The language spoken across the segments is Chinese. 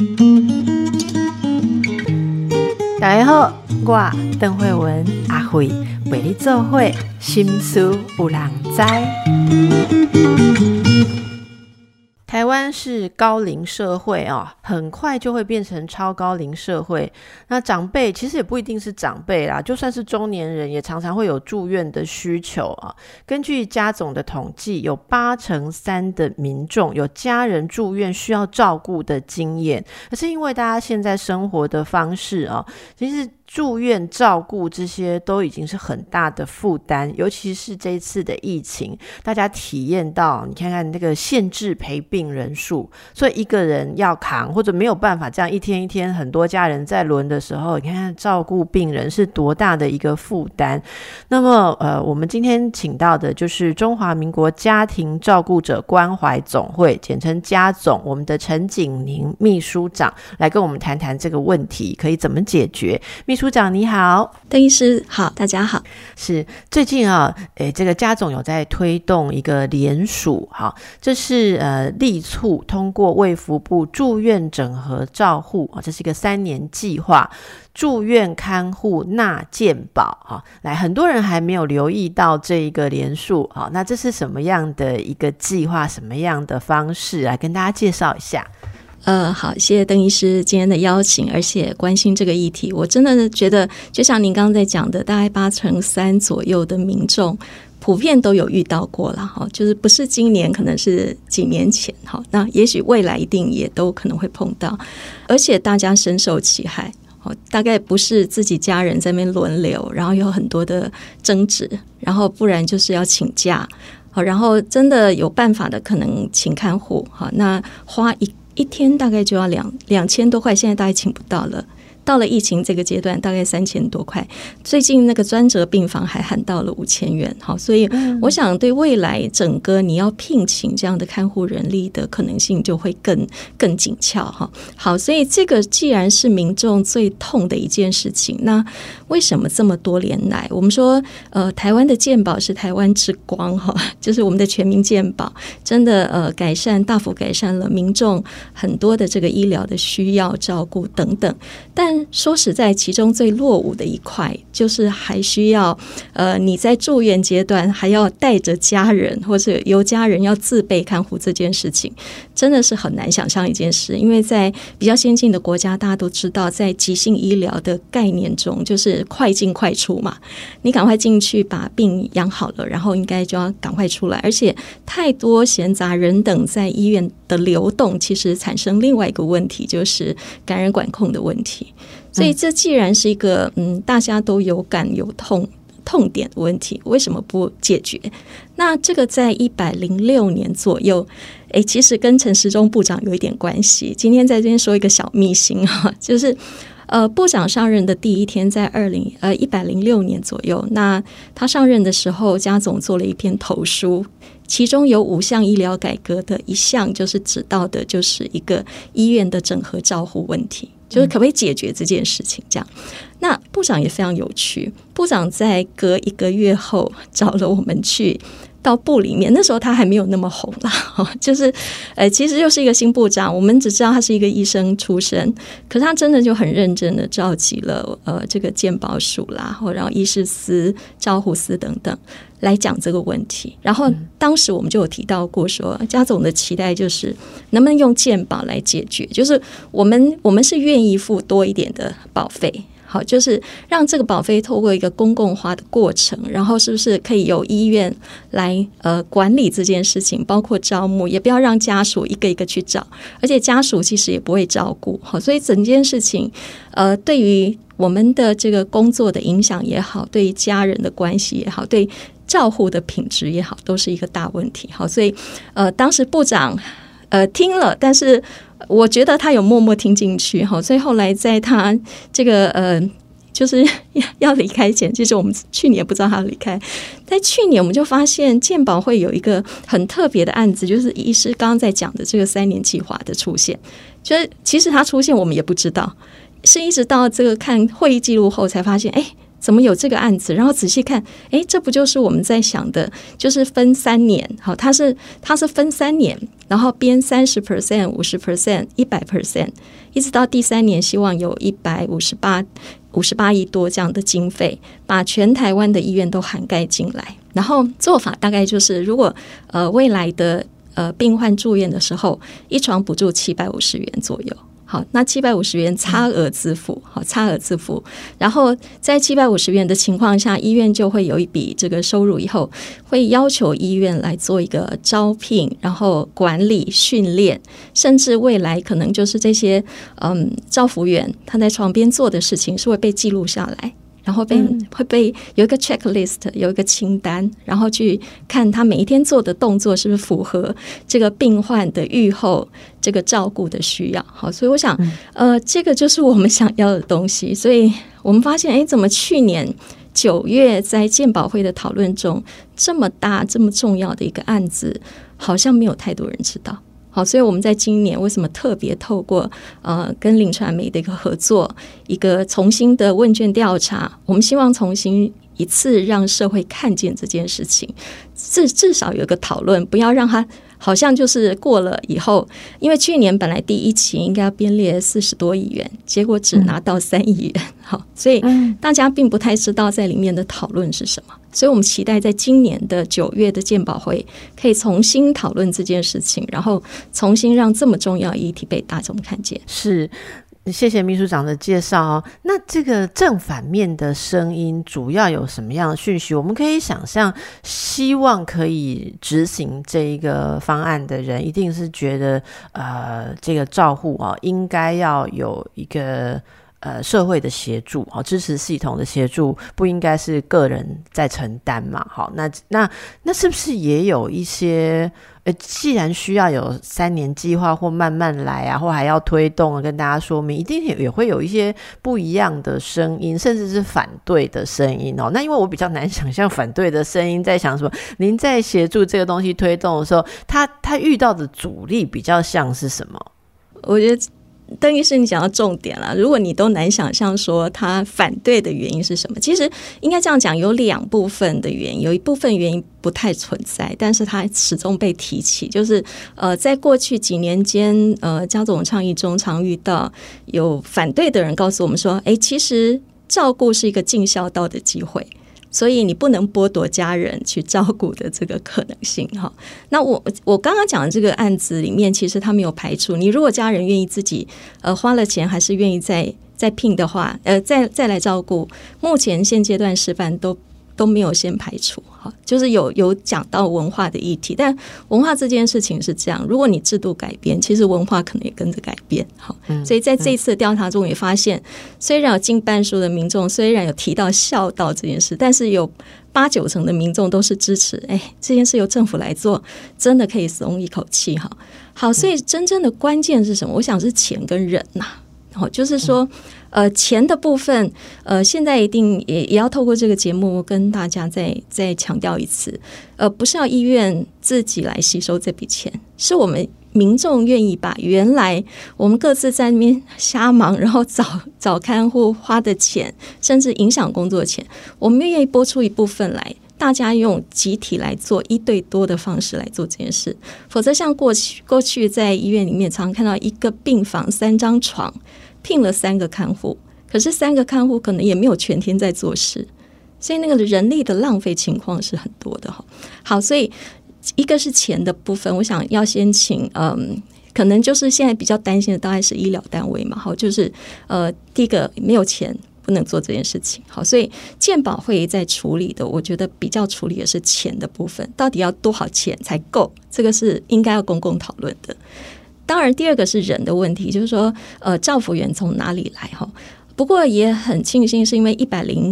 大家好，我邓惠文阿惠陪你做伙心事有人知。台湾是高龄社会很快就会变成超高龄社会。那长辈其实也不一定是长辈啦，就算是中年人也常常会有住院的需求根据家总的统计，有83%的民众有家人住院需要照顾的经验。可是因为大家现在生活的方式其实住院照顾这些都已经是很大的负担，尤其是这一次的疫情，大家体验到，你看看那个限制陪病人数，所以一个人要扛或者没有办法这样一天一天很多家人在轮的时候，你看看照顾病人是多大的一个负担。那么我们今天请到的就是中华民国家庭照顾者关怀总会，简称家总，我们的陈景宁秘书长来跟我们谈谈这个问题可以怎么解决。秘书长你好。 邓医师好，大家好。 是最近这个家总有在推动一个联署，这是力促通过卫福部住院整合照护，这是一个3年计划，住院看护纳健保来，很多人还没有留意到这一个联署那这是什么样的一个计划，什么样的方式来跟大家介绍一下？ 好，谢谢邓医师今天的邀请，而且关心这个议题。我真的觉得就像您刚刚在讲的，大概83%左右的民众普遍都有遇到过了就是不是今年，可能是几年前那也许未来一定也都可能会碰到，而且大家深受其害大概不是自己家人在那边轮流，然后有很多的争执，然后不然就是要请假然后真的有办法的可能请看护那花一天大概就要2000多块，现在大概请不到了。到了疫情这个阶段大概3000多块，最近那个专责病房还喊到了5000元所以我想对未来整个你要聘请这样的看护人力的可能性就会更紧俏好，所以这个既然是民众最痛的一件事情，那为什么这么多年来我们说台湾的健保是台湾之光就是我们的全民健保真的大幅改善了民众很多的这个医疗的需要照顾等等，但说实在其中最落伍的一块就是还需要你在住院阶段还要带着家人或者由家人要自备看护，这件事情真的是很难想象一件事。因为在比较先进的国家大家都知道，在急性医疗的概念中就是快进快出嘛，你赶快进去把病养好了，然后应该就要赶快出来，而且太多闲杂人等在医院的流动其实产生另外一个问题，就是感染管控的问题。所以这既然是一个大家都有感有痛点的问题，为什么不解决？那这个在106年左右其实跟陈时中部长有一点关系。今天在这边说一个小秘辛就是部长上任的第一天在106年左右，那他上任的时候家总做了一篇投书，其中有5项医疗改革的一项就是指到的就是一个医院的整合照护问题，就是可不可以解决这件事情这样。那部长也非常有趣，部长在隔1个月后找了我们去到部里面，那时候他还没有那么红啦就是其实又是一个新部长，我们只知道他是一个医生出身，可是他真的就很认真的召集了这个健保署啦，然后医事司、照护司等等来讲这个问题。然后当时我们就有提到过说，家总的期待就是能不能用健保来解决，就是我们是愿意付多一点的保费，好，就是让这个保费透过一个公共化的过程，然后是不是可以由医院来管理这件事情，包括招募，也不要让家属一个一个去找，而且家属其实也不会照顾，好，所以整件事情对于我们的这个工作的影响也好，对于家人的关系也好，对照护的品质也好，都是一个大问题。好，所以当时部长听了，但是我觉得他有默默听进去，所以后来在他这个就是要离开前，其实我们去年不知道他要离开，在去年我们就发现健保会有一个很特别的案子，就是医师刚刚在讲的这个3年计划的出现，就是其实他出现我们也不知道，是一直到这个看会议记录后才发现， 怎么有这个案子？然后仔细看，这不就是我们在想的，就是分3年，好，它是分3年，然后编 30%、50%、100%，一直到第3年，希望有158亿多这样的经费，把全台湾的医院都涵盖进来。然后做法大概就是，如果未来的病患住院的时候，一床补助750元左右。好，那750元差额自付，好，差额自付。然后在750元的情况下，医院就会有一笔这个收入，以后会要求医院来做一个招聘，然后管理、训练，甚至未来可能就是这些照服员他在床边做的事情是会被记录下来。然后会被有一个 checklist， 有一个清单，然后去看他每一天做的动作是不是符合这个病患的预后这个照顾的需要。好，所以我想这个就是我们想要的东西。所以我们发现怎么去年9月在健保会的讨论中，这么大这么重要的一个案子好像没有太多人知道。好，所以我们在今年为什么特别透过跟林传媒的一个合作，一个重新的问卷调查，我们希望重新一次让社会看见这件事情，至少有一个讨论，不要让它好像就是过了以后，因为去年本来第1期应该要编列40多亿元，结果只拿到3亿元。好，所以大家并不太知道在里面的讨论是什么。所以我们期待在今年的9月的健保会可以重新讨论这件事情，然后重新让这么重要的议题被大众看见。 是，谢谢秘书长的介绍哦。那这个正反面的声音主要有什么样的讯息？我们可以想象，希望可以执行这一个方案的人，一定是觉得这个照护应该要有一个社会的协助，支持系统的协助，不应该是个人在承担嘛。好，那是不是也有一些既然需要有3年计划或慢慢来啊，或还要推动跟大家说明，一定也会有一些不一样的声音，甚至是反对的声音哦。那因为我比较难想象反对的声音在想什么，您在协助这个东西推动的时候，他遇到的阻力比较像是什么？ 我觉得邓医师你讲到重点了，如果你都难想象说他反对的原因是什么，其实应该这样讲，有2部分的原因，有一部分原因不太存在，但是它始终被提起，就是在过去几年间家总倡议中常遇到有反对的人告诉我们说，其实照顾是一个尽孝道的机会，所以你不能剥夺家人去照顾的这个可能性。那我刚刚讲的这个案子里面，其实他没有排除，你如果家人愿意自己花了钱，还是愿意再聘的话，再来照顾，目前现阶段示范都没有先排除。就是有讲到文化的议题，但文化这件事情是这样，如果你制度改变，其实文化可能也跟着改变。所以在这一次的调查中也发现，虽然有近半数的民众虽然有提到孝道这件事，但是有8-9成的民众都是支持这件事由政府来做，真的可以松一口气。好，所以真正的关键是什么？我想是钱跟人就是说钱的部分现在一定也要透过这个节目跟大家再强调一次，不是要医院自己来吸收这笔钱，是我们民众愿意把原来我们各自在那边瞎忙，然后找看护花的钱，甚至影响工作的钱，我们愿意拨出一部分来，大家用集体来做1对多的方式来做这件事。否则像过去在医院里面常看到一个病房3张床聘了3个看护，可是3个看护可能也没有全天在做事，所以那个人力的浪费情况是很多的。好，所以一个是钱的部分，我想要先请可能就是现在比较担心的大概是医疗单位嘛。好，就是第一个没有钱不能做这件事情。好，所以健保会在处理的，我觉得比较处理的是钱的部分，到底要多少钱才够，这个是应该要公共讨论的。当然第二个是人的问题，就是说照服员从哪里来。不过也很庆幸是因为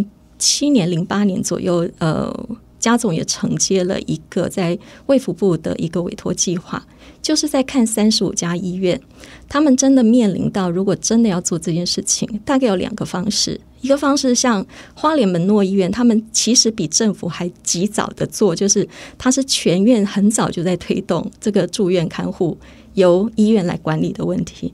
107年08年左右家总也承接了一个在卫福部的一个委托计划，就是在看35家医院，他们真的面临到如果真的要做这件事情，大概有2个方式。一个方式像花莲门诺医院，他们其实比政府还及早的做，就是它是全院很早就在推动这个住院看护由医院来管理的问题。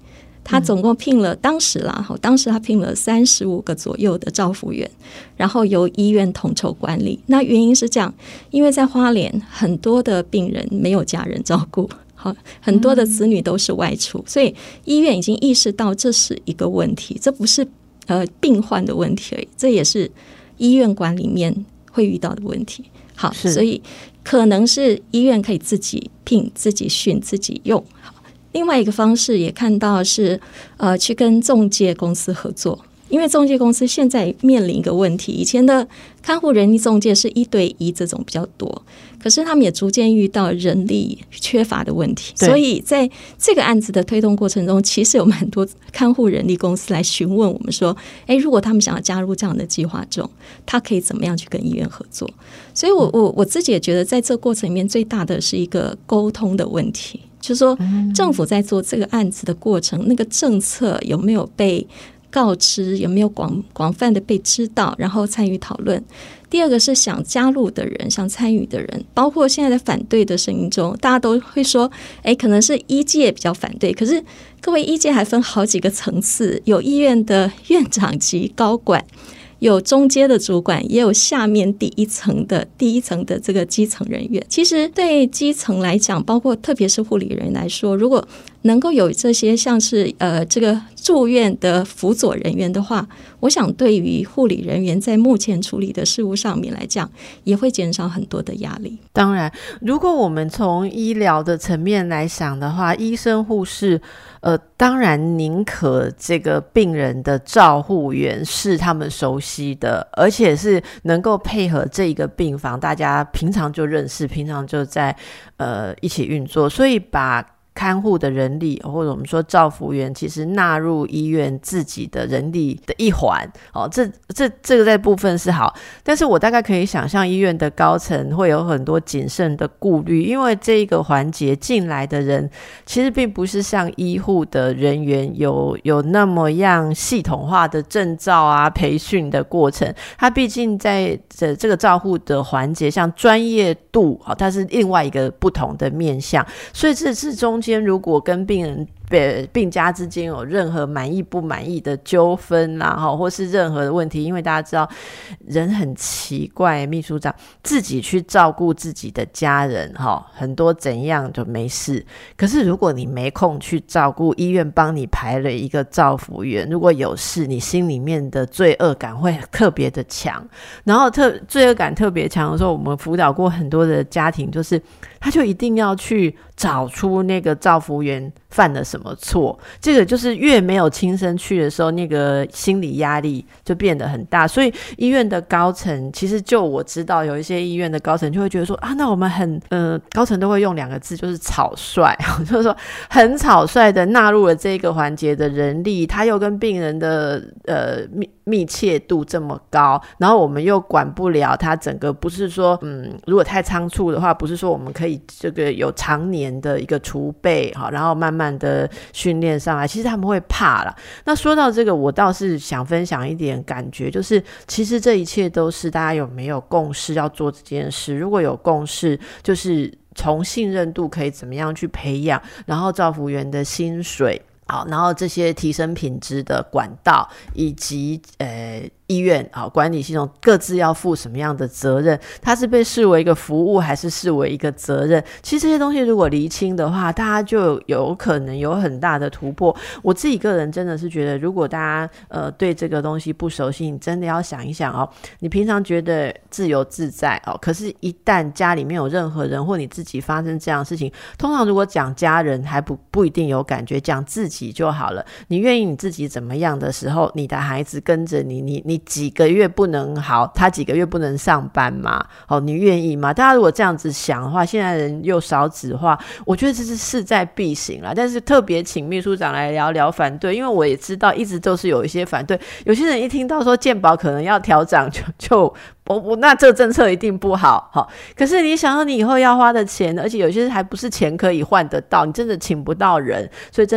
他总共聘了当时他聘了35个左右的照服员，然后由医院统筹管理。那原因是这样，因为在花莲很多的病人没有家人照顾，很多的子女都是外出，所以医院已经意识到这是一个问题，这不是病患的问题而已，这也是医院管里面会遇到的问题。好，所以可能是医院可以自己聘、自己训、自己用。另外一个方式也看到是去跟仲介公司合作，因为仲介公司现在面临一个问题，以前的看护人力仲介是1对1这种比较多，可是他们也逐渐遇到人力缺乏的问题，所以在这个案子的推动过程中，其实有蛮多看护人力公司来询问我们说，如果他们想要加入这样的计划中，他可以怎么样去跟医院合作。所以我自己也觉得在这个过程里面最大的是一个沟通的问题，就是说政府在做这个案子的过程，那个政策有没有被告知，有没有广泛的被知道，然后参与讨论。第二个是想加入的人，想参与的人，包括现在的反对的声音中，大家都会说可能是医界比较反对，可是各位医界还分好几个层次，有医院的院长级高管，有中阶的主管，也有下面第一层的这个基层人员。其实对基层来讲，包括特别是护理人来说，如果能够有这些像是这个住院的辅佐人员的话，我想对于护理人员在目前处理的事务上面来讲，也会减少很多的压力。 当然，如果我们从医疗的层面来想的话，医生护士当然宁可这个病人的照护员是他们熟悉的，而且是能够配合这一个病房，大家平常就认识，平常就在一起运作，所以把看护的人力或者我们说照服员其实纳入医院自己的人力的一环这个在部分是好，但是我大概可以想象医院的高层会有很多谨慎的顾虑，因为这个环节进来的人其实并不是像医护的人员有那么样系统化的证照啊培训的过程，他毕竟在这个照护的环节像专业度它是另外一个不同的面向，所以这是中间如果跟病家之间有任何满意不满意的纠纷啦，或是任何的问题，因为大家知道人很奇怪，秘书长自己去照顾自己的家人很多怎样就没事，可是如果你没空去照顾，医院帮你排了一个照服员，如果有事你心里面的罪恶感会特别的强，然后罪恶感特别强的时候，我们辅导过很多的家庭，就是他就一定要去找出那个照服员犯了什么错，这个就是越没有亲身去的时候，那个心理压力就变得很大。所以医院的高层其实就我知道有一些医院的高层就会觉得说那我们高层都会用2个字，就是草率就是说很草率的纳入了这个环节的人力，他又跟病人的密切度这么高，然后我们又管不了他整个，不是说如果太仓促的话，不是说我们可以这个有常年的一个储备然后慢慢的训练上来，其实他们会怕啦。那说到这个，我倒是想分享一点感觉，就是其实这一切都是大家有没有共识要做这件事，如果有共识，就是从信任度可以怎么样去培养，然后照服员的薪水然后这些提升品质的管道，以及医院管理系统各自要负什么样的责任，它是被视为一个服务还是视为一个责任，其实这些东西如果厘清的话，大家就有可能有很大的突破。我自己个人真的是觉得，如果大家对这个东西不熟悉，你真的要想一想你平常觉得自由自在可是一旦家里面有任何人或你自己发生这样的事情，通常如果讲家人还不一定有感觉，讲自己就好了。你愿意你自己怎么样的时候，你的孩子跟着你几个月不能好，他几个月不能上班嘛你愿意吗？大家如果这样子想的话，现在人又少子化，我觉得这是势在必行啦。但是特别请秘书长来聊聊反对，因为我也知道一直都是有一些反对，有些人一听到说健保可能要调涨就那这个政策一定不好可是你想到你以后要花的钱，而且有些还不是钱可以换得到，你真的请不到人，所以真的要跟大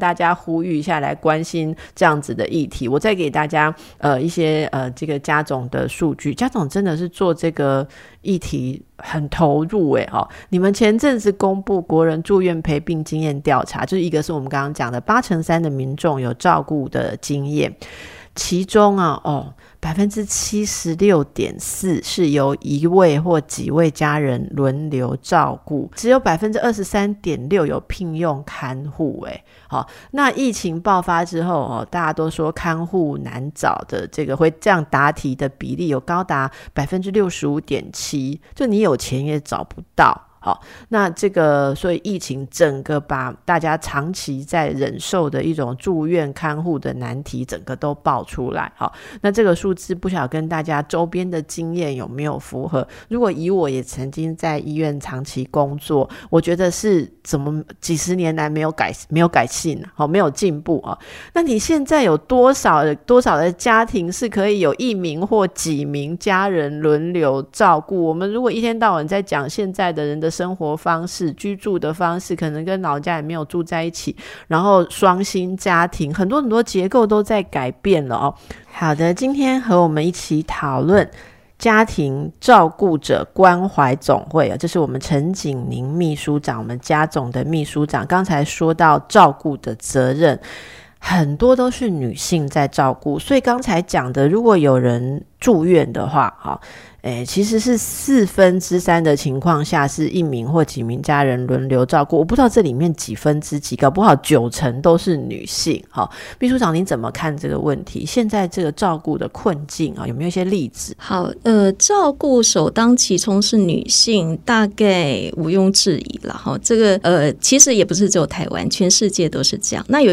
大家呼吁一下来关心这样子的议题。我再给大家一些这个家总的数据，家总真的是做这个议题很投入你们前阵子公布国人住院陪病经验调查，就是一个是我们刚刚讲的8%的民众有照顾的经验，其中76.4% 是由一位或几位家人轮流照顾，只有 23.6% 有聘用看护那疫情爆发之后大家都说看护难找的这个会这样答题的比例有高达 65.7%， 就你有钱也找不到。好，那这个所以疫情整个把大家长期在忍受的一种住院看护的难题整个都爆出来。好，那这个数字不晓得跟大家周边的经验有没有符合，如果以我也曾经在医院长期工作，我觉得是怎么几十年来没有改进，没有进步那你现在有多少的家庭是可以有1名或几名家人轮流照顾？我们如果一天到晚在讲现在的人的生活方式、居住的方式，可能跟老家也没有住在一起，然后双薪家庭，很多结构都在改变了好的，今天和我们一起讨论家庭照顾者关怀总会这是我们陈景宁秘书长，我们家总的秘书长。刚才说到照顾的责任很多都是女性在照顾，所以刚才讲的如果有人住院的话其实是3/4的情况下是1名或几名家人轮流照顾，我不知道这里面几分之几，搞不好90%都是女性。秘书长您怎么看这个问题？现在这个照顾的困境有没有一些例子？ 好，照顾首当其冲是女性，大概毋庸置疑了这个其实也不是只有台湾，全世界都是这样。那有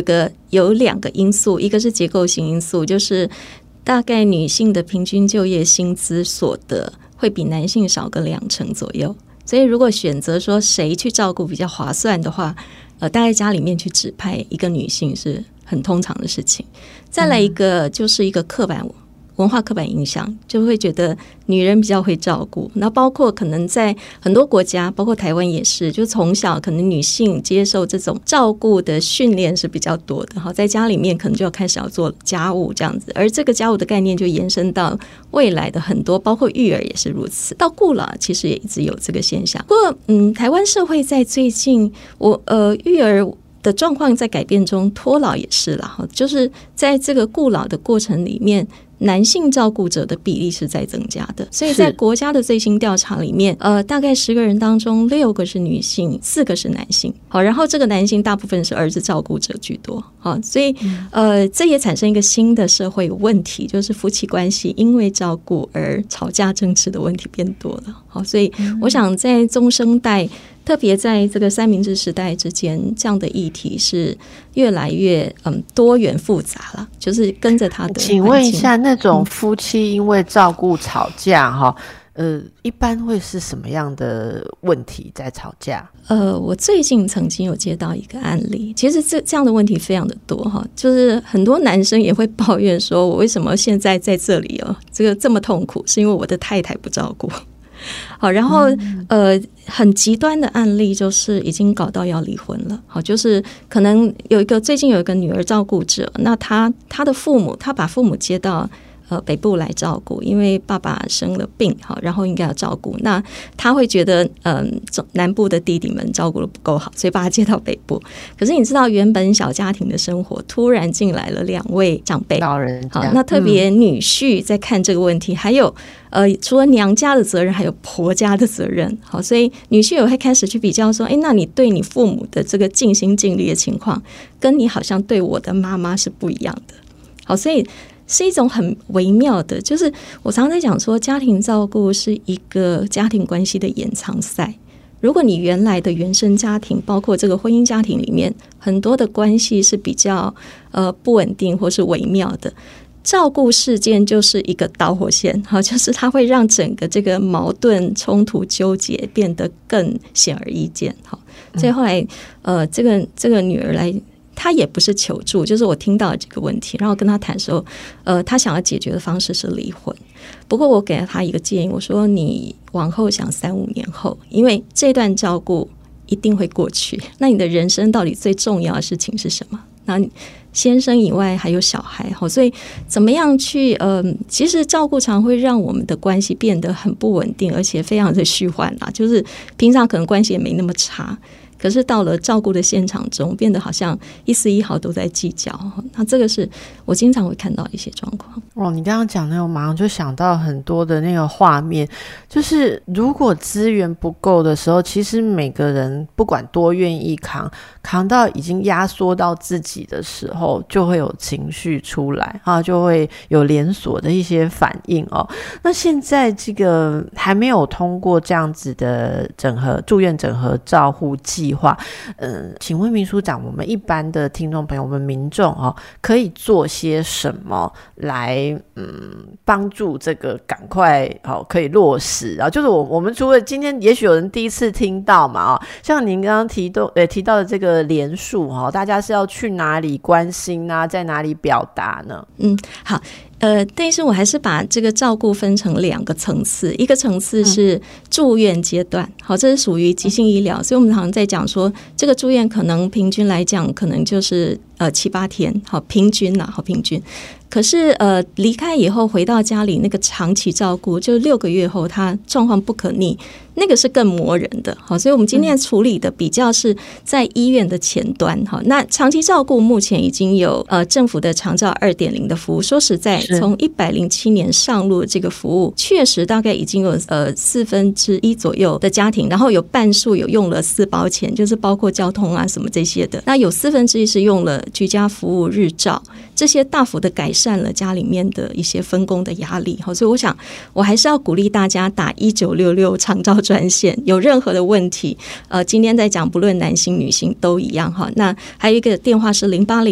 2个因素，一个是结构性因素，就是大概女性的平均就业薪资所得会比男性少个2成左右，所以如果选择说谁去照顾比较划算的话，大概家里面去指派一个女性是很通常的事情。再来一个就是一个文化刻板印象，就会觉得女人比较会照顾，那包括可能在很多国家，包括台湾也是，就从小可能女性接受这种照顾的训练是比较多的，在家里面可能就要开始要做家务这样子，而这个家务的概念就延伸到未来的很多，包括育儿也是如此，到顾老其实也一直有这个现象。不过台湾社会在最近育儿的状况在改变中，托老也是啦，就是在这个顾老的过程里面，男性照顾者的比例是在增加的，所以在国家的最新调查里面大概10个人当中6个是女性，4个是男性。好，然后这个男性大部分是儿子照顾者居多。好，所以这也产生一个新的社会问题，就是夫妻关系因为照顾而吵架争执的问题变多了。好，所以我想在中生代特别在这个三明治时代之间，这样的议题是越来越多元复杂了，就是跟着他的。 请问一下，那种夫妻因为照顾吵架一般会是什么样的问题在吵架？ 我最近曾经有接到一个案例，其实这样的问题非常的多就是很多男生也会抱怨说，我为什么现在在这里这个这么痛苦，是因为我的太太不照顾。好，然后很极端的案例就是已经搞到要离婚了。好，就是可能最近有一个女儿照顾者，那他的父母，他把父母接到北部来照顾，因为爸爸生了病，好，然后应该要照顾。那他会觉得南部的弟弟们照顾的不够好，所以把他接到北部。可是你知道，原本小家庭的生活突然进来了2位长辈， 老人家， 好，那特别女婿在看这个问题，还有除了娘家的责任，还有婆家的责任。好，所以女婿也会开始去比较说，那你对你父母的这个尽心尽力的情况，跟你好像对我的妈妈是不一样的。好，所以是一种很微妙的，就是我常常在讲说，家庭照顾是一个家庭关系的延长赛。如果你原来的原生家庭，包括这个婚姻家庭里面，很多的关系是比较不稳定或是微妙的，照顾事件就是一个导火线，就是它会让整个这个矛盾、冲突、纠结变得更显而易见。所以后来这个女儿来，她也不是求助，就是我听到这个问题，然后跟她谈的时候，她想要解决的方式是离婚。不过我给了她一个建议，我说你往后想3-5年后，因为这段照顾一定会过去，那你的人生到底最重要的事情是什么？ 那先生以外还有小孩，所以怎么样去其实照顾常会让我们的关系变得很不稳定，而且非常的虚幻啦，就是平常可能关系也没那么差，可是到了照顾的现场中变得好像一丝一毫都在计较，那这个是我经常会看到的一些状况。 你刚刚讲那个我马上就想到很多的那个画面，就是如果资源不够的时候，其实每个人不管多愿意扛到已经压缩到自己的时候，就会有情绪出来就会有连锁的一些反应那现在这个还没有通过这样子的住院整合照护计划，请问秘书长，我们一般的听众朋友，我们民众可以做些什么来帮助这个赶快可以落实就是我们除了今天也许有人第一次听到嘛像您刚刚提到的这个联署大家是要去哪里关心在哪里表达呢？ 好。但是我还是把这个照顾分成2个层次，一个层次是住院阶段，好，这是属于急性医疗，所以我们常常在讲说，这个住院可能平均来讲，可能就是7-8天，好，平均啦，好，平均。可是离开以后回到家里那个长期照顾，就6个月后他状况不可逆，那个是更磨人的。好，所以我们今天处理的比较是在医院的前端。好，那长期照顾目前已经有政府的长照 2.0 的服务，说实在从107年上路这个服务，确实大概已经有1/4左右的家庭，然后有半数有用了4包钱，就是包括交通什么这些的，那有1/4是用了居家服务日照，这些大幅的改善了家里面的一些分工的压力。所以我想我还是要鼓励大家打1966长照专线，有任何的问题今天在讲不论男性女性都一样那还有一个电话是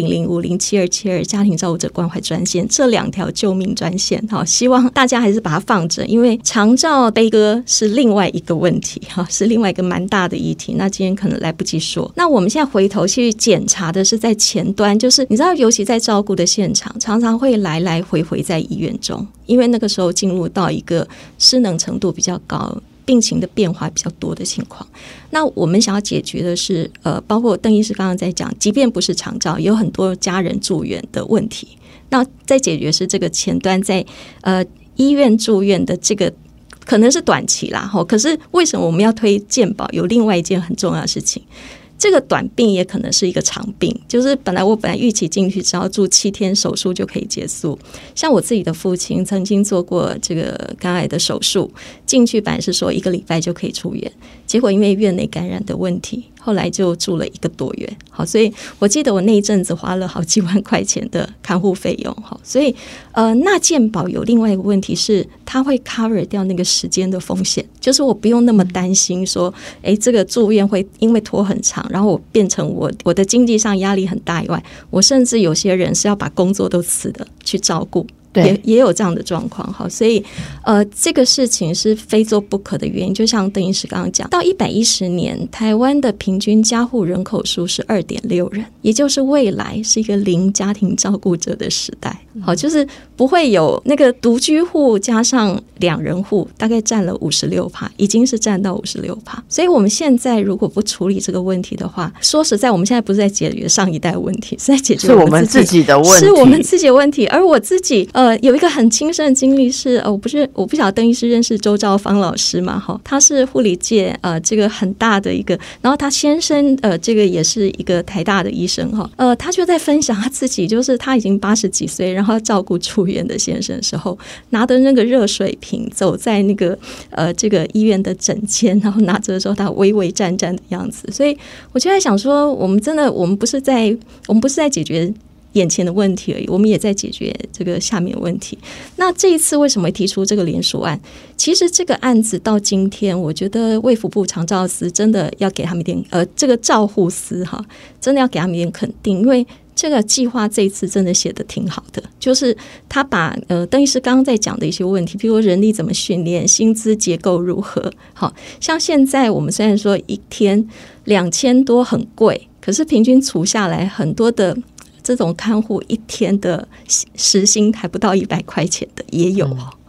0800507272家庭照顾者关怀专线，这2条救命专线希望大家还是把它放着，因为长照悲歌是另外一个问题是另外一个蛮大的议题，那今天可能来不及说。那我们现在回头去检查的是在前端，就是你知道尤其在照顾的现场常常会来来回回在医院中，因为那个时候进入到一个失能程度比较高，病情的变化比较多的情况。那我们想要解决的是包括邓医师刚刚在讲，即便不是长照，也有很多家人住院的问题，那在解决是这个前端在医院住院的这个可能是短期啦可是为什么我们要推健保，有另外一件很重要的事情，这个短病也可能是一个长病，就是我本来预期进去只要住7天手术就可以结束，像我自己的父亲曾经做过这个肝癌的手术，进去本来是说1个礼拜就可以出院，结果因为院内感染的问题，后来就住了1个多月。好，所以我记得我那一阵子花了好几万块钱的看护费用。好，所以那健保有另外一个问题是，它会 cover 掉那个时间的风险，就是我不用那么担心说，这个住院会因为拖很长，然后我变成我的经济上压力很大以外，我甚至有些人是要把工作都辞了去照顾。也有这样的状况。好，所以这个事情是非做不可的原因，就像邓医师刚刚讲到110年台湾的平均家户人口数是 2.6 人，也就是未来是一个零家庭照顾者的时代。好，就是不会有那个独居户加上2人户大概占了 56%， 已经是占到 56%。 所以我们现在如果不处理这个问题的话，说实在我们现在不是在解决上一代问题，是在解决我们自己的问题，是我们自己的问题。而我自己有一个很亲身的经历是我不晓得邓医师认识周兆芳老师嘛，他是护理界这个很大的一个，然后他先生这个也是一个台大的医生他就在分享他自己，就是他已经80几岁，然后照顾住院的先生的时候，拿着那个热水瓶走在那个这个医院的诊间，然后拿着的时候他微微战战的样子。所以我就在想说，我们不是在解决眼前的问题而已，我们也在解决这个下面的问题。那这一次为什么提出这个联署案？其实这个案子到今天，我觉得卫福部长照司真的要给他们一点这个照护司真的要给他们一点肯定，因为这个计划这一次真的写得挺好的，就是他把邓医师刚刚在讲的一些问题，比如说人力怎么训练，薪资结构如何，好像现在我们虽然说一天2000多很贵，可是平均除下来很多的这种看护一天的时薪还不到100块钱的也有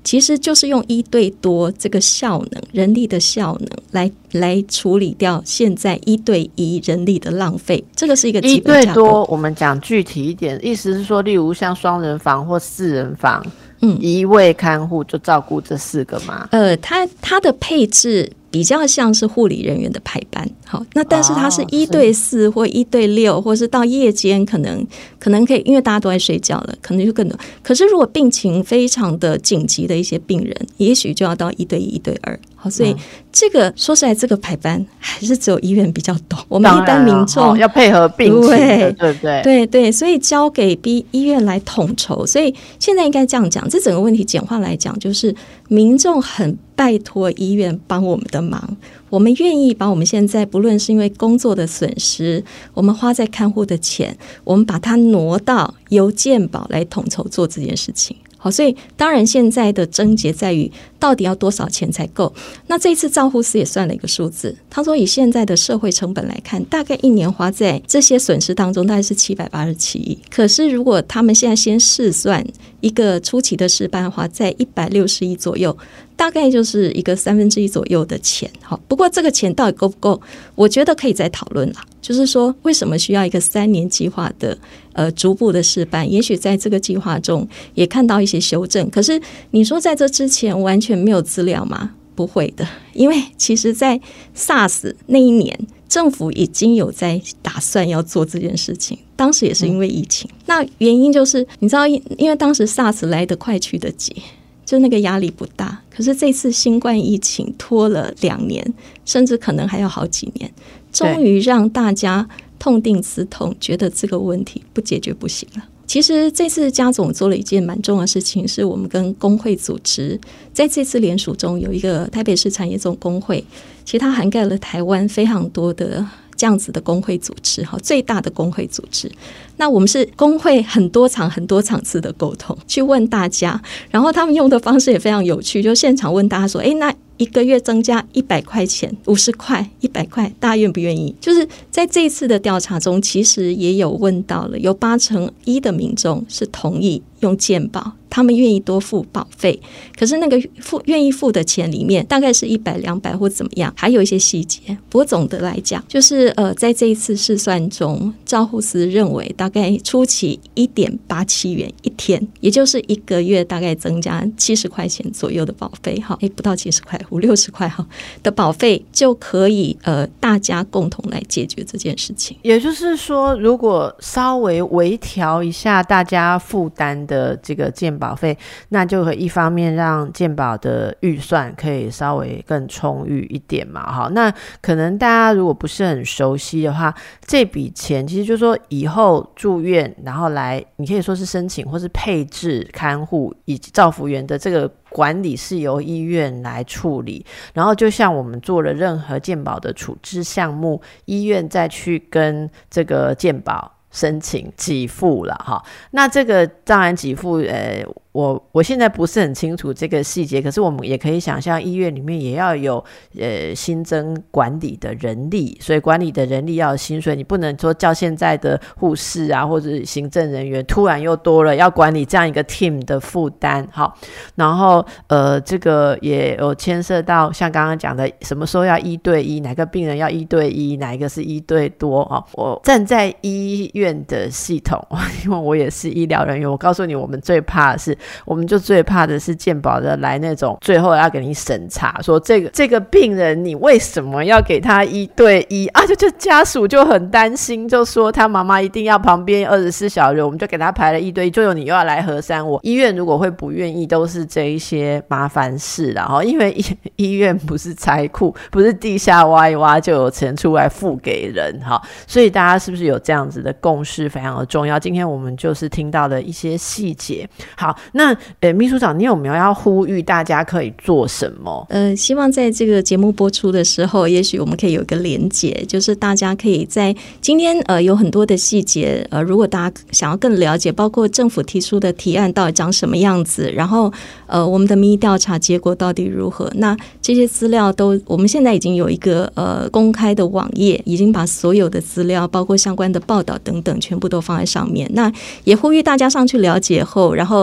其实就是用1对多这个效能，人力的效能来处理掉现在1对1人力的浪费，这个是一个基本架构。1对多我们讲具体一点，意思是说例如像双人房或4人房，1位看护就照顾这4个吗？ 它的配置比较像是护理人员的排班，好，那但是它是1对4或1对6，或是到夜间可能可以，因为大家都在睡觉了，可能就更多。可是如果病情非常的紧急的一些病人，也许就要到1对1、1对2。好，所以这个说实在，这个排班还是只有医院比较懂。我们一般民众要配合病情的，对不对？ 对对，所以交给医院来统筹。所以现在应该这样讲，这整个问题简化来讲，就是民众很拜托医院帮我们的忙，我们愿意把我们现在不论是因为工作的损失，我们花在看护的钱，我们把它挪到由健保来统筹做这件事情。好，所以当然现在的症结在于到底要多少钱才够。那这一次赵护士也算了一个数字，他说以现在的社会成本来看，大概1年花在这些损失当中大概是787亿。可是如果他们现在先试算一个初期的试办的话，在160亿左右，大概就是一个1/3左右的钱。好，不过这个钱到底够不够，我觉得可以再讨论啦。就是说为什么需要一个3年计划的逐步的试办，也许在这个计划中也看到一些修正。可是你说在这之前完全没有资料吗？不会的，因为其实在 SARS 那一年政府已经有在打算要做这件事情，当时也是因为疫情。那原因就是你知道，因为当时 SARS 来得快去得急，就那个压力不大。可是这次新冠疫情拖了2年，甚至可能还要好几年，终于让大家痛定思痛，觉得这个问题不解决不行了。其实这次家总做了一件蛮重要的事情，是我们跟工会组织在这次联署中有一个台北市产业总工会，其实它涵盖了台湾非常多的这样子的工会组织，最大的工会组织。那我们是工会很多场次的沟通，去问大家，然后他们用的方式也非常有趣，就现场问大家说，那1个月增加100块钱，50块、100块，大家愿不愿意？就是在这一次的调查中，其实也有问到了，有81%的民众是同意用健保，他们愿意多付保费，可是那个愿意付的钱里面大概是100、200或怎么样，还有一些细节。不过总的来讲，就是在这一次试算中，赵护士认为大概初期1.87元一天，也就是1个月大概增加70块钱左右的保费，不到70块，50-60块的保费就可以大家共同来解决这件事情。 也就是说，如果稍微微调一下大家负担的这个健保费，那就可以一方面让健保的预算可以稍微更充裕一点嘛。那可能大家如果不是很熟悉的话，这笔钱其实就是说以后住院然后来你可以说是申请或是配置看护以及照服员的这个管理是由医院来处理，然后就像我们做了任何健保的处置项目，医院再去跟这个健保申请给付了。那这个当然给付我现在不是很清楚这个细节，可是我们也可以想象医院里面也要有新增管理的人力，所以管理的人力要有薪水，你不能说叫现在的护士啊或者行政人员突然又多了要管理这样一个 team 的负担。好，然后这个也有牵涉到像刚刚讲的什么时候要1对1，哪个病人要1对1，哪一个是1对多。我站在医院的系统，因为我也是医疗人员，我告诉你，我们最怕的是我们就最怕的是健保的来那种最后要给你审查，说这个病人你为什么要给他1对1啊？就家属就很担心，就说他妈妈一定要旁边24小时，我们就给他排了1对1，就有你又要来核删我。医院如果会不愿意，都是这一些麻烦事啦。因为医院不是财库，不是地下挖一挖就有钱出来付给人。所以大家是不是有这样子的共识非常的重要。今天我们就是听到了一些细节。好，那秘书长，你有没有要呼吁大家可以做什么？ 希望在这个节目播出的时候，也许我们可以有一个连结，就是大家可以在今天有很多的细节，如果大家想要更了解，包括政府提出的提案到底长什么样子，然后我们的民意调查结果到底如何，那这些资料都我们现在已经有一个公开的网页，已经把所有的资料包括相关的报道等等全部都放在上面。那也呼吁大家上去了解后，然后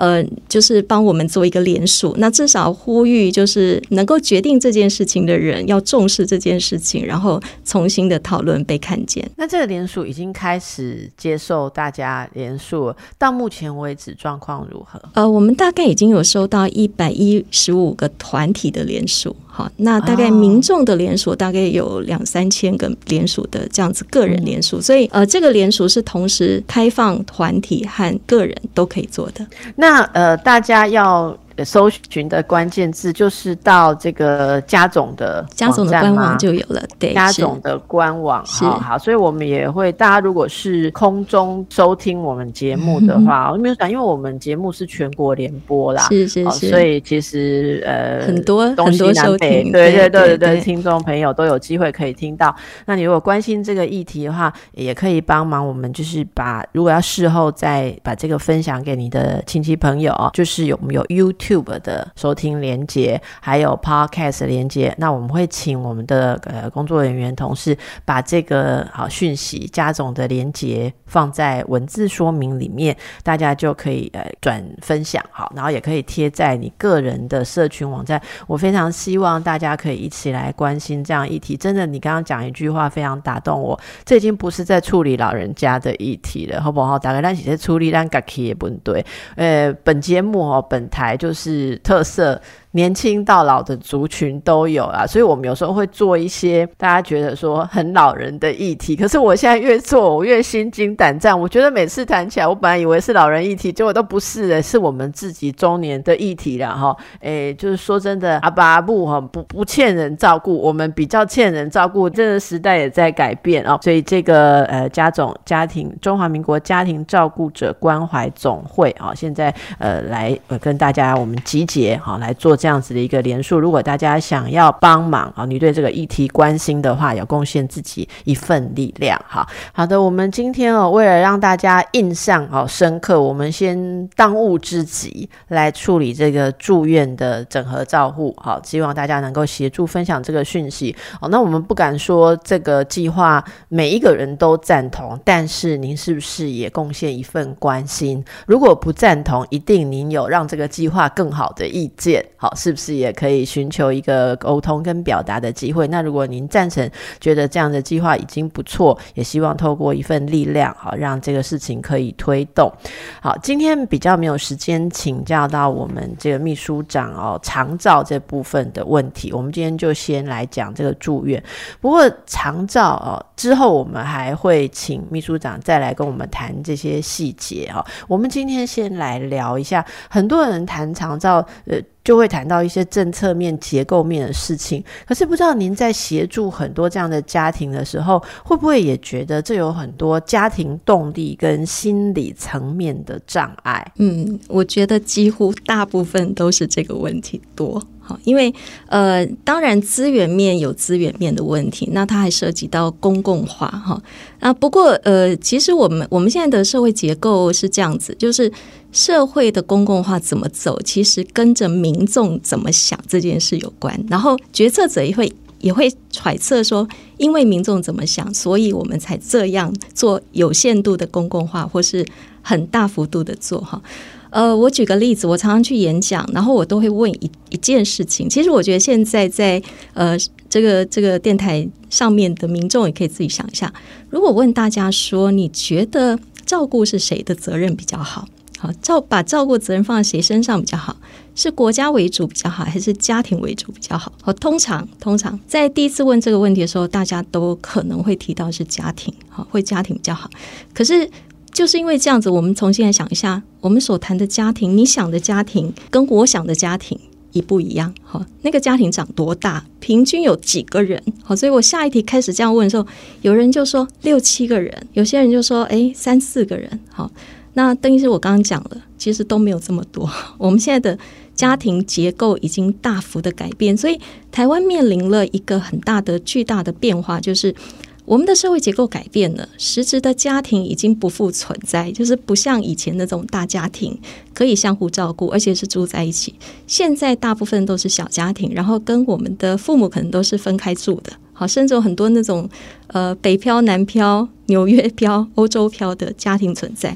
就是帮我们做一个联署，那至少呼吁就是能够决定这件事情的人要重视这件事情，然后重新的讨论被看见。 那这个联署已经开始接受大家联署了，到目前为止状况如何？ 我们大概已经有收到115个团体的联署，好，那大概民众的联署大概有2-3千个联署的这样子个人联署，所以这个联署是同时开放团体和个人都可以做的。 那大家要搜寻的关键字就是到这个家总的官网就有了，对， 家总的官网。好，所以我们也会，大家如果是空中收听我们节目的话，我没有想，因为我们节目是全国联播啦， 是， 所以其实很多东西南北，对，听众朋友都有机会可以听到。那你如果关心这个议题的话，也可以帮忙我们，就是如果要事后再把这个分享给你的亲戚朋友，就是我们有 YouTube的收听连结，还有 Podcast 连结，那我们会请我们的工作人员同事把这个讯息家总的连结放在文字说明里面，大家就可以转分享，好，然后也可以贴在你个人的社群网站。我非常希望大家可以一起来关心这样议题，真的你刚刚讲一句话非常打动我，这已经不是在处理老人家的议题了，好不好？大概咱是在处理咱自己的问题。本节目本台就是特色年轻到老的族群都有啦，所以我们有时候会做一些大家觉得说很老人的议题，可是我现在越做我越心惊胆战，我觉得每次谈起来我本来以为是老人议题，结果都不是是我们自己中年的议题啦就是说真的，阿爸阿母不欠人照顾，我们比较欠人照顾，真的时代也在改变所以这个中华民国家庭照顾者关怀总会现在来跟大家我们集结来做这样子的一个联署。如果大家想要帮忙你对这个议题关心的话，有贡献自己一份力量。好的，我们今天为了让大家印象深刻，我们先当务之急来处理这个住院的整合照护，希望大家能够协助分享这个讯息。那我们不敢说这个计划每一个人都赞同，但是您是不是也贡献一份关心？如果不赞同，一定您有让这个计划更好的意见，是不是也可以寻求一个沟通跟表达的机会？那如果您赞成，觉得这样的计划已经不错，也希望透过一份力量让这个事情可以推动。好，今天比较没有时间请教到我们这个秘书长长照这部分的问题，我们今天就先来讲这个住院。不过长照之后我们还会请秘书长再来跟我们谈这些细节我们今天先来聊一下，很多人谈长照就会谈到一些政策面结构面的事情，可是不知道您在协助很多这样的家庭的时候，会不会也觉得这有很多家庭动力跟心理层面的障碍？ 我觉得几乎大部分都是这个问题多。因为当然资源面有资源面的问题，那它还涉及到公共化不过其实我们现在的社会结构是这样子，就是社会的公共化怎么走，其实跟着民众怎么想这件事有关，然后决策者也会揣测说，因为民众怎么想，所以我们才这样做有限度的公共化，或是很大幅度的做我举个例子，我常常去演讲，然后我都会问一件事情。其实我觉得现在在这个电台上面的民众也可以自己想一下，如果问大家说，你觉得照顾是谁的责任比较好？把照顾责任放在谁身上比较好？是国家为主比较好，还是家庭为主比较好？通常在第一次问这个问题的时候，大家都可能会提到是家庭，会家庭比较好。可是就是因为这样子，我们重新来想一下，我们所谈的家庭，你想的家庭跟我想的家庭一不一样？那个家庭长多大？平均有几个人？所以我下一题开始这样问的时候，有人就说6-7个人，有些人就说3-4个人。那邓医师我刚刚讲了，其实都没有这么多。我们现在的家庭结构已经大幅的改变，所以台湾面临了一个很大的巨大的变化，就是我们的社会结构改变了，实质的家庭已经不复存在，就是不像以前那种大家庭可以相互照顾，而且是住在一起。现在大部分都是小家庭，然后跟我们的父母可能都是分开住的，甚至有很多那种北漂、南漂、纽约漂、欧洲漂的家庭存在。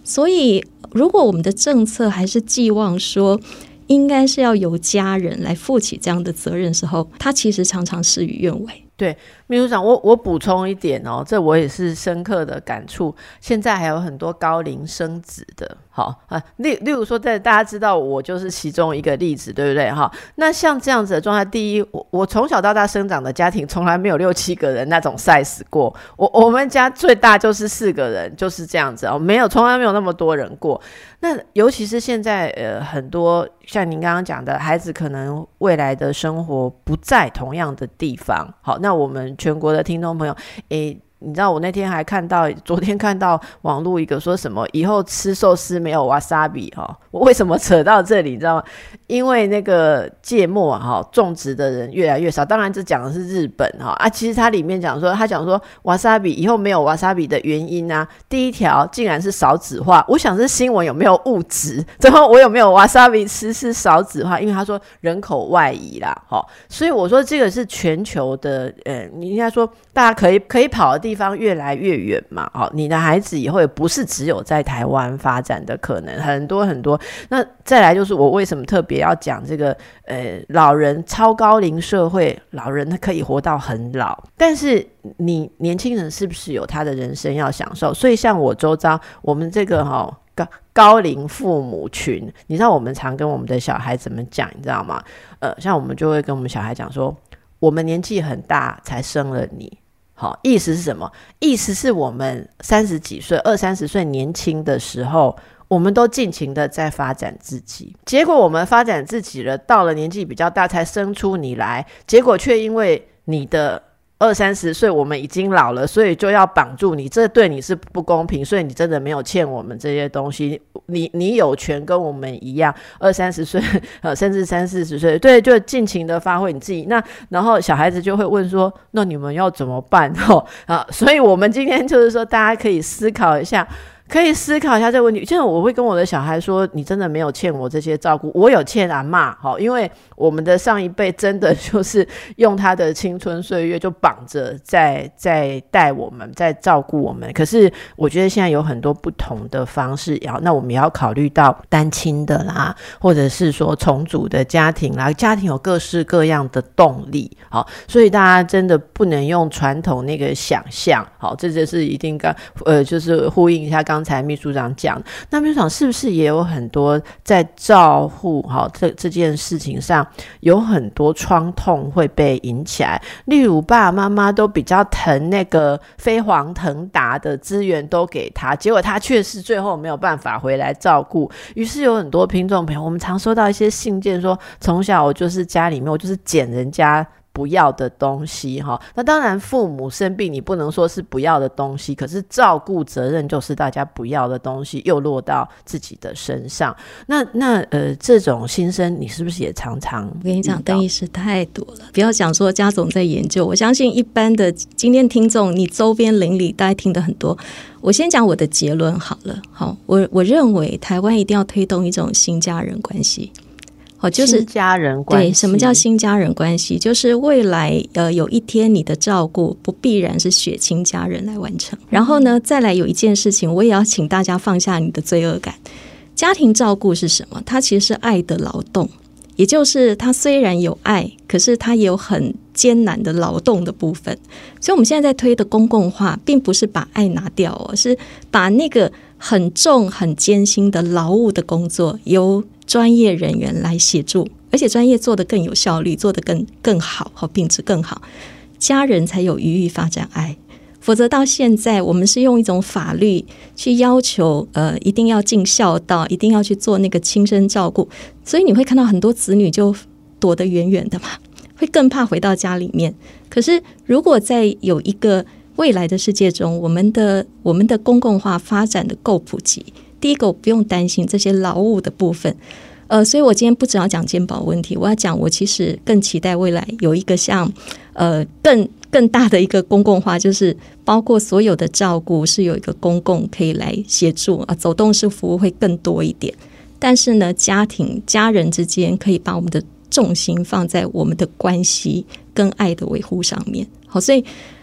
所以如果我们的政策还是寄望说应该是要由家人来负起这样的责任的时候，他其实常常事与愿违。 对，秘书长，我补充一点哦，这我也是深刻的感触。现在还有很多高龄生子的，好啊，例如说，大家知道我就是其中一个例子，对不对哈？那像这样子的状态，第一，我从小到大生长的家庭从来没有6、7个人那种 size 过，我们家最大就是4个人，就是这样子哦，从来没有那么多人过。那尤其是现在很多像您刚刚讲的孩子可能未来的生活不在同样的地方，好，那我们全国的听众朋友你知道我那天还昨天看到网络一个说什么以后吃寿司没有 wasabi 我为什么扯到这里你知道吗？因为那个芥末种植的人越来越少，当然这讲的是日本其实它里面讲说wasabi 以后没有 wasabi 的原因第一条竟然是少子化，我想这新闻有没有误植，最后我有没有 wasabi 吃是少子化，因为他说人口外移啦所以我说这个是全球的你应该说大家可以跑的地方越来越远嘛你的孩子以后也不是只有在台湾发展的可能，很多很多。那再来就是我为什么特别要讲这个老人超高龄社会，老人他可以活到很老，但是你年轻人是不是有他的人生要享受？所以像我周遭我们这个高龄父母群，你知道我们常跟我们的小孩怎么讲你知道吗？像我们就会跟我们小孩讲说，我们年纪很大才生了你，好，意思是什么？意思是我们30几岁20-30岁年轻的时候，我们都尽情的在发展自己，结果我们发展自己了，到了年纪比较大才生出你来，结果却因为你的20-30岁我们已经老了，所以就要绑住你，这对你是不公平，所以你真的没有欠我们这些东西，你有权跟我们一样20-30岁甚至30-40岁，对，就尽情的发挥你自己。那然后小孩子就会问说，那你们要怎么办所以我们今天就是说大家可以思考一下这个问题。现在我会跟我的小孩说，你真的没有欠我这些照顾，我有欠阿嬷因为我们的上一辈真的就是用他的青春岁月就绑着在带我们，在照顾我们。可是我觉得现在有很多不同的方式，那我们也要考虑到单亲的啦，或者是说重组的家庭啦，家庭有各式各样的动力所以大家真的不能用传统那个想象这就是一定就是呼应一下刚才秘书长讲。那秘书长是不是也有很多在照护这件事情上有很多创痛会被引起来？例如爸爸妈妈都比较疼那个飞黄腾达的资源都给他，结果他却是最后没有办法回来照顾。于是有很多听众朋友，我们常收到一些信件说，从小我就是家里面我就是捡人家不要的东西那当然父母生病你不能说是不要的东西，可是照顾责任就是大家不要的东西又落到自己的身上。那这种心声你是不是也常常？ 我跟你讲，邓医师太多了，不要讲说家总在研究，我相信一般的今天听众你周边邻里大家听得很多。我先讲我的结论好了。我认为台湾一定要推动一种新家人关系。就是新家人关系。 对，什么叫新家人关系？就是未来有一天你的照顾不必然是血亲家人来完成。然后呢，再来有一件事情，我也要请大家放下你的罪恶感。家庭照顾是什么？它其实是爱的劳动，也就是它虽然有爱，可是它也有很艰难的劳动的部分。所以我们现在在推的公共化，并不是把爱拿掉是把那个很重很艰辛的劳务的工作由专业人员来协助，而且专业做得更有效率，做得更好，品质更好，家人才有余裕发展爱。否则到现在我们是用一种法律去要求一定要尽孝道，一定要去做那个亲生照顾，所以你会看到很多子女就躲得远远的嘛，会更怕回到家里面。可是如果在有一个未来的世界中，我们的公共化发展的够普及，第一个我不用担心这些劳务的部分所以我今天不只要讲健保问题，我要讲我其实更期待未来有一个像更大的一个公共化，就是包括所有的照顾是有一个公共可以来协助走动式服务会更多一点。但是呢，家人之间可以把我们的重心放在我们的关系跟爱的维护上面。好，所以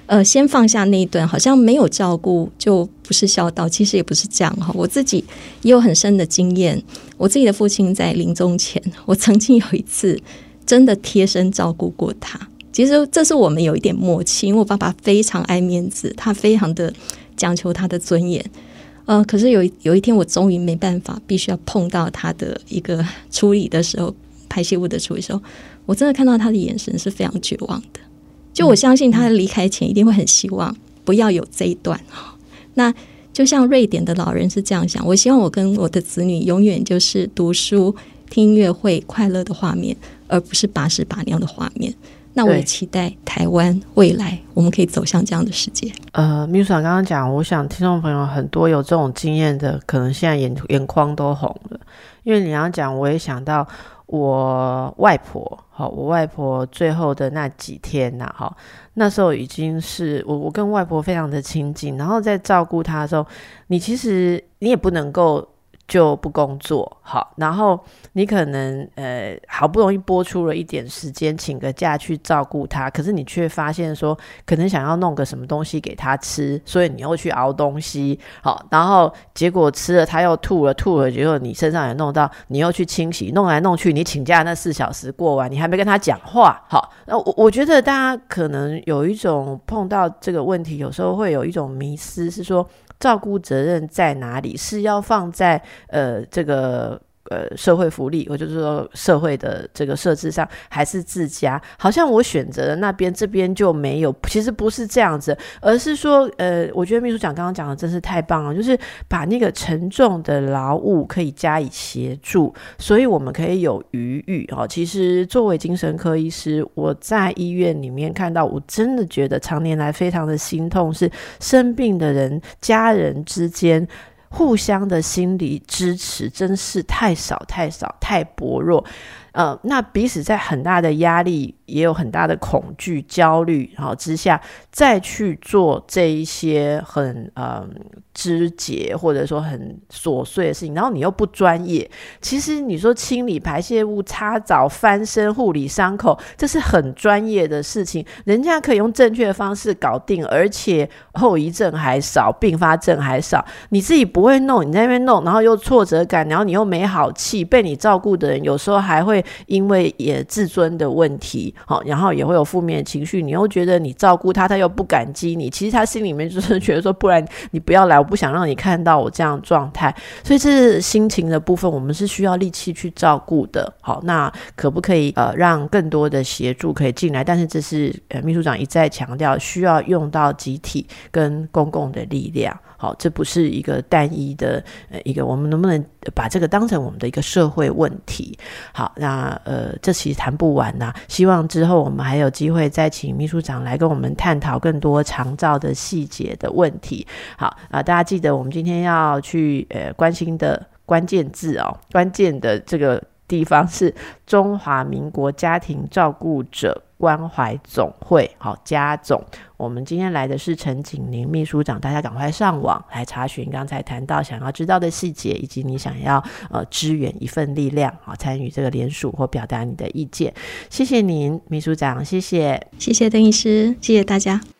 先放下那一段，好像没有照顾就不是孝道，其实也不是这样哈。我自己也有很深的经验，我自己的父亲在临终前，我曾经有一次真的贴身照顾过他。其实这是我们有一点默契，因为我爸爸非常爱面子，他非常的讲求他的尊严。可是有一天我终于没办法，必须要碰到他的一个处理的时候，排泄物的处理的时候，我真的看到他的眼神是非常绝望的。就我相信他离开前一定会很希望不要有这一段。那就像瑞典的老人是这样想，我希望我跟我的子女永远就是读书、听音乐会、快乐的画面，而不是把屎把尿的画面。那我也期待台湾未来我们可以走向这样的世界。 秘书长刚刚讲，我想听众朋友很多有这种经验的，可能现在眼眶都红了。因为你要讲，我也想到我外婆，我外婆最后的那几天那时候已经是我跟外婆非常的亲近，然后在照顾她的时候，其实你也不能够就不工作，好，然后你可能好不容易拨出了一点时间请个假去照顾他，可是你却发现说可能想要弄个什么东西给他吃，所以你又去熬东西，好，然后结果吃了他又吐了，结果你身上也弄到，你又去清洗，弄来弄去，你请假那4小时过完，你还没跟他讲话。好，那我觉得大家可能有一种碰到这个问题，有时候会有一种迷思，是说照顾责任在哪里？是要放在这个社会福利，或者说社会的这个设置上，还是自家？好像我选择的那边，这边就没有。其实不是这样子，而是说我觉得秘书长刚刚讲的真是太棒了，就是把那个沉重的劳务可以加以协助，所以我们可以有余裕。其实作为精神科医师，我在医院里面看到，我真的觉得常年来非常的心痛，是生病的人家人之间互相的心理支持真是太少太薄弱。那彼此在很大的压力，也有很大的恐惧焦虑之下，再去做这一些很枝节或者说很琐碎的事情，然后你又不专业。其实你说清理排泄物、擦澡、翻身、护理伤口，这是很专业的事情，人家可以用正确的方式搞定，而且后遗症还少，并发症还少。你自己不会弄，你在那边弄，然后又挫折感，然后你又没好气，被你照顾的人有时候还会因为也自尊的问题，然后也会有负面的情绪，你又觉得你照顾他，他又不感激你，其实他心里面就是觉得说，不然你不要来，我不想让你看到我这样的状态。所以这是心情的部分，我们是需要力气去照顾的。好，那可不可以让更多的协助可以进来？但是这是秘书长一再强调，需要用到集体跟公共的力量。好，这不是一个单一的一个，我们能不能把这个当成我们的一个社会问题？好，那这其实谈不完啦，希望之后我们还有机会再请秘书长来跟我们探讨更多长照的细节的问题。好，大家记得我们今天要去关心的关键字关键的这个地方是中华民国家庭照顾者关怀总会，好，家总。我们今天来的是陈景宁秘书长，大家赶快上网来查询刚才谈到想要知道的细节，以及你想要支援一份力量，参与这个联署或表达你的意见。谢谢您秘书长，谢谢邓医师，谢谢大家。